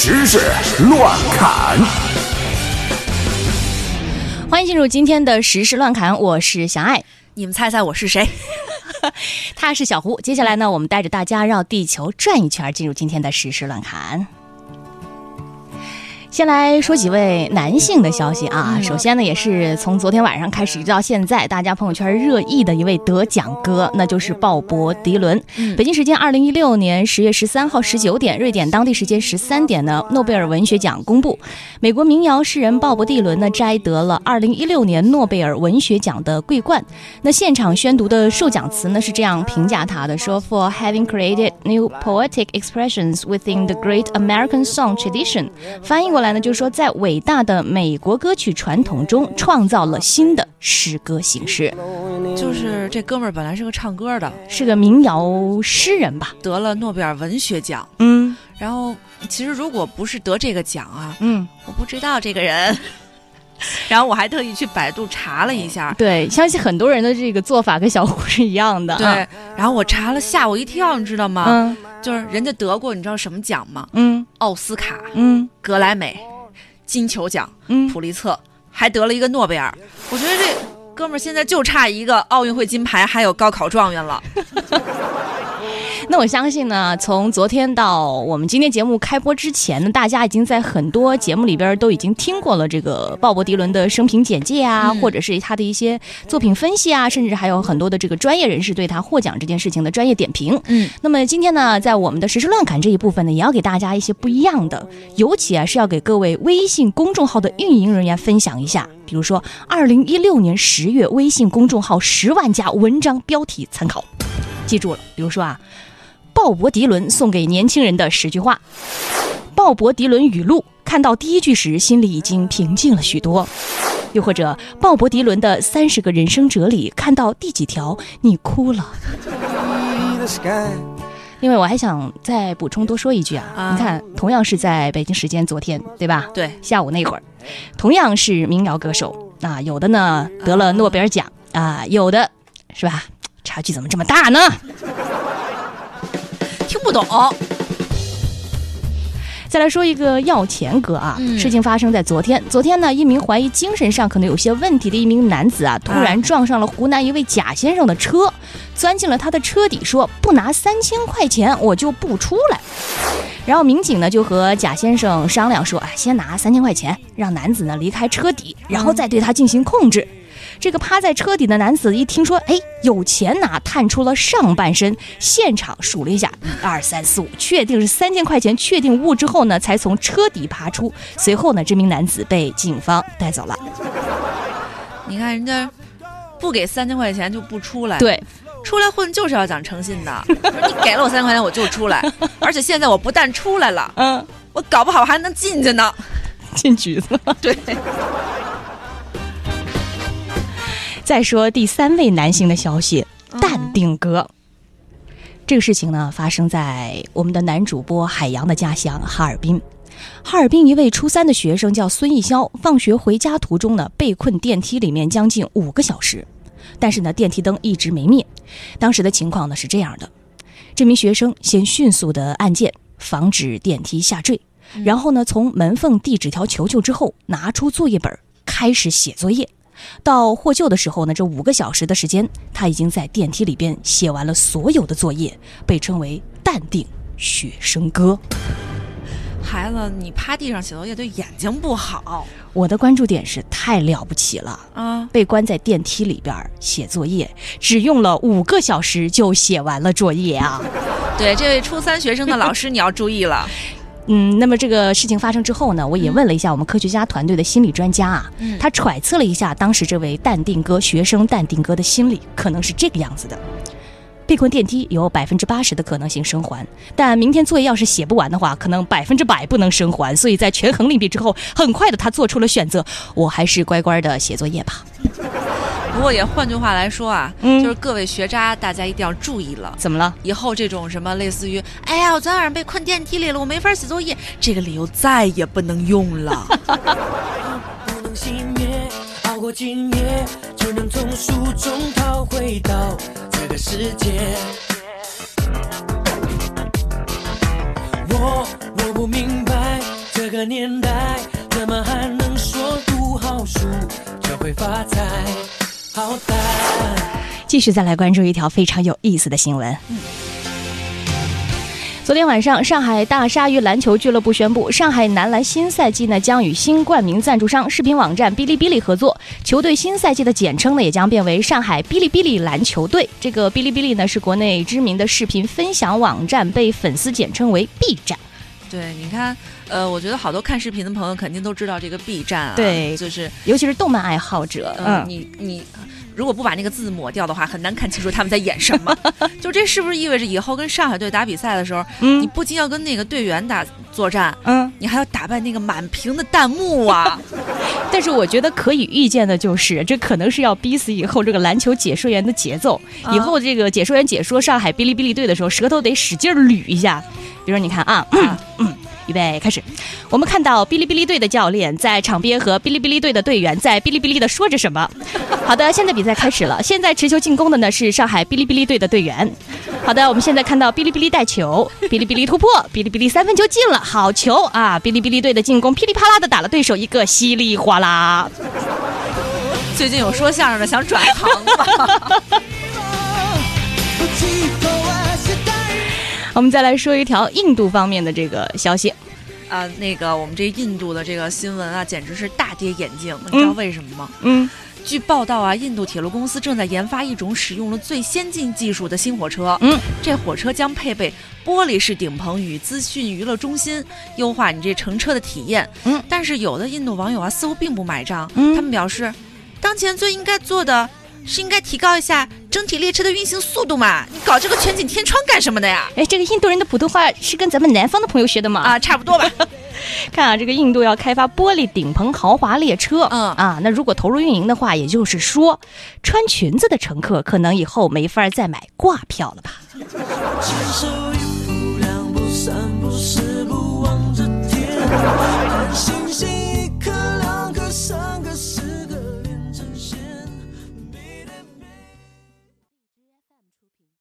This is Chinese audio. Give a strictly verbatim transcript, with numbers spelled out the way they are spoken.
时事乱砍。 欢迎进入今天的时事乱砍，我是小爱。 你们猜猜我是谁？ 他是小胡。接下来呢，我们带着大家绕地球转一圈，进入今天的时事乱砍。先来说几位男性的消息啊。首先呢，也是从昨天晚上开始一直到现在，大家朋友圈热议的一位得奖哥，那就是鲍勃迪伦。嗯、北京时间二零一六年十月十三号十九点，瑞典当地时间十三点呢，诺贝尔文学奖公布，美国民谣诗人鲍勃迪伦呢摘得了二零一六年诺贝尔文学奖的桂冠。那现场宣读的授奖词呢是这样评价他的，说 For having created new poetic expressions within the great American song tradition， 翻译过来呢就是说，在伟大的美国歌曲传统中创造了新的诗歌形式。 就是这哥们儿本来是个唱歌的， 是个民谣诗人吧， 得了诺贝尔文学奖。 嗯， 然后其实如果不是得这个奖啊， 嗯， 我不知道这个人。然后我还特意去百度查了一下， 对，相信很多人的这个做法跟小胡是一样的。 对，啊、然后我查了，吓我一跳，你知道吗？ 嗯， 就是人家得过，你知道什么奖吗？ 嗯， 奥斯卡， 嗯， 格莱美，金球奖， 嗯， 普利策，还得了一个诺贝尔。我觉得这哥们儿现在就差一个奥运会金牌，还有高考状元了。 那我相信呢，从昨天到我们今天节目开播之前呢，大家已经在很多节目里边都已经听过了这个鲍勃迪伦的生平简介啊、嗯，或者是他的一些作品分析啊，甚至还有很多的这个专业人士对他获奖这件事情的专业点评。 嗯， 那么今天呢，在我们的时事乱砍这一部分呢，也要给大家一些不一样的，尤其啊是要给各位微信公众号的运营人员分享一下，比如说二零一六年十月微信公众号十万加文章标题参考，记住了，比如说啊。鲍勃迪伦送给年轻人的十句话，鲍勃迪伦语录，看到第一句时心里已经平静了许多。又或者鲍勃迪伦的三十个人生哲理，看到第几条你哭了。另外我还想再补充多说一句啊，啊你看同样是在北京时间昨天对吧？ 对， 下午那会儿，同样是民谣歌手啊，有的呢得了诺贝尔奖啊，有的是吧？差距怎么这么大呢？ 听不懂。 再来说一个要钱哥啊、 嗯， 事情发生在昨天。昨天呢，一名怀疑精神上可能有些问题的一名男子啊，突然撞上了湖南一位贾先生的车，钻进了他的车底，说不拿三千块钱我就不出来。然后民警呢就和贾先生商量说，哎，先拿三千块钱，让男子呢离开车底，然后再对他进行控制。嗯这个趴在车底的男子一听说，哎，有钱拿，探出了上半身，现场数了一下，一二三四五，确定是三千块钱，确定物之后呢，才从车底爬出。随后呢，这名男子被警方带走了。 你看人家不给三千块钱就不出来， 对， 出来混就是要讲诚信的。你给了我三千块钱我就出来，而且现在我不但出来了，嗯，我搞不好还能进去呢， 进局子。 对。 再说第三位男性的消息，淡定哥。这个事情呢，发生在我们的男主播海洋的家乡哈尔滨。哈尔滨一位初三的学生叫孙艺潇，放学回家途中呢，被困电梯里面将近五个小时，但是呢，电梯灯一直没灭。当时的情况呢是这样的：这名学生先迅速的按键，防止电梯下坠，然后呢，从门缝递纸条求救之后，拿出作业本开始写作业。到获救的时候呢，这五个小时的时间，他已经在电梯里边写完了所有的作业，被称为淡定学生哥。 孩子，你趴地上写作业对眼睛不好。 我的关注点是太了不起了啊！被关在电梯里边写作业，只用了五个小时就写完了作业啊！ 对，这位初三学生的老师你要注意了。 嗯，那么这个事情发生之后呢，我也问了一下我们科学家团队的心理专家啊，嗯、他揣测了一下当时这位淡定哥学生淡定哥的心理，可能是这个样子的：被困电梯有百分之八十的可能性生还，但明天作业要是写不完的话，可能百分之百不能生还。所以在权衡利弊之后，很快的他做出了选择，我还是乖乖的写作业吧。 不过也换句话来说啊、嗯，就是各位学渣，大家一定要注意了。 怎么了？ 以后这种什么类似于，哎呀，我昨晚上被困电梯里了，我没法写作业，这个理由再也不能用了。不能熄灭，熬过今夜，就能从书中逃回到这个世界。我我不明白， 个年代怎么还能说读好书就会发财？好歹继续再来关注一条非常有意思的新闻。嗯，昨天晚上，上海大鲨鱼篮球俱乐部宣布，上海男篮新赛季呢将与新冠名赞助商视频网站哔哩哔哩合作，球队新赛季的简称呢也将变为上海哔哩哔哩篮球队。这个哔哩哔哩呢是国内知名的视频分享网站，被粉丝简称为 B 站。 对，你看，呃，我觉得好多看视频的朋友肯定都知道这个 B 站啊， 对， 就是尤其是动漫爱好者， 嗯，呃、你你。如果不把那个字抹掉的话，很难看清楚他们在演什么。就这是不是意味着以后跟上海队打比赛的时候，嗯，你不仅要跟那个队员打作战，嗯，你还要打败那个满屏的弹幕啊？ 但是我觉得可以预见的就是，这可能是要逼死以后这个篮球解说员的节奏。啊、以后这个解说员解说上海哔哩哔哩队的时候，舌头得使劲捋一下。比如说，你看啊，嗯嗯。预备开始，我们看到哔哩哔哩队的教练在场边和哔哩哔哩队的队员在哔哩哔哩的说着什么。好的，现在比赛开始了，现在持球进攻的呢是上海哔哩哔哩队的队员。好的，我们现在看到哔哩哔哩带球，哔哩哔哩突破，哔哩哔哩三分球进了，好球啊！哔哩哔哩队的进攻噼里啪啦的打了对手一个稀里哗啦。 最近有说相声的想转行吗？ 我们再来说一条印度方面的这个消息， 啊、呃，那个我们这印度的这个新闻啊，简直是大跌眼镜。你知道为什么吗？嗯，据报道啊，印度铁路公司正在研发一种使用了最先进技术的新火车。嗯，这火车将配备玻璃式顶棚与资讯娱乐中心，优化你这乘车的体验。嗯，但是有的印度网友啊，似乎并不买账。嗯，他们表示，当前最应该做的是应该提高一下整体列车的运行速度嘛，你搞这个全景天窗干什么的呀？ 哎，这个印度人的普通话是跟咱们南方的朋友学的吗？ 啊，差不多吧。 看啊，这个印度要开发玻璃顶棚豪华列车，嗯啊，那如果投入运营的话，也就是说，穿裙子的乘客可能以后没法再买挂票了吧？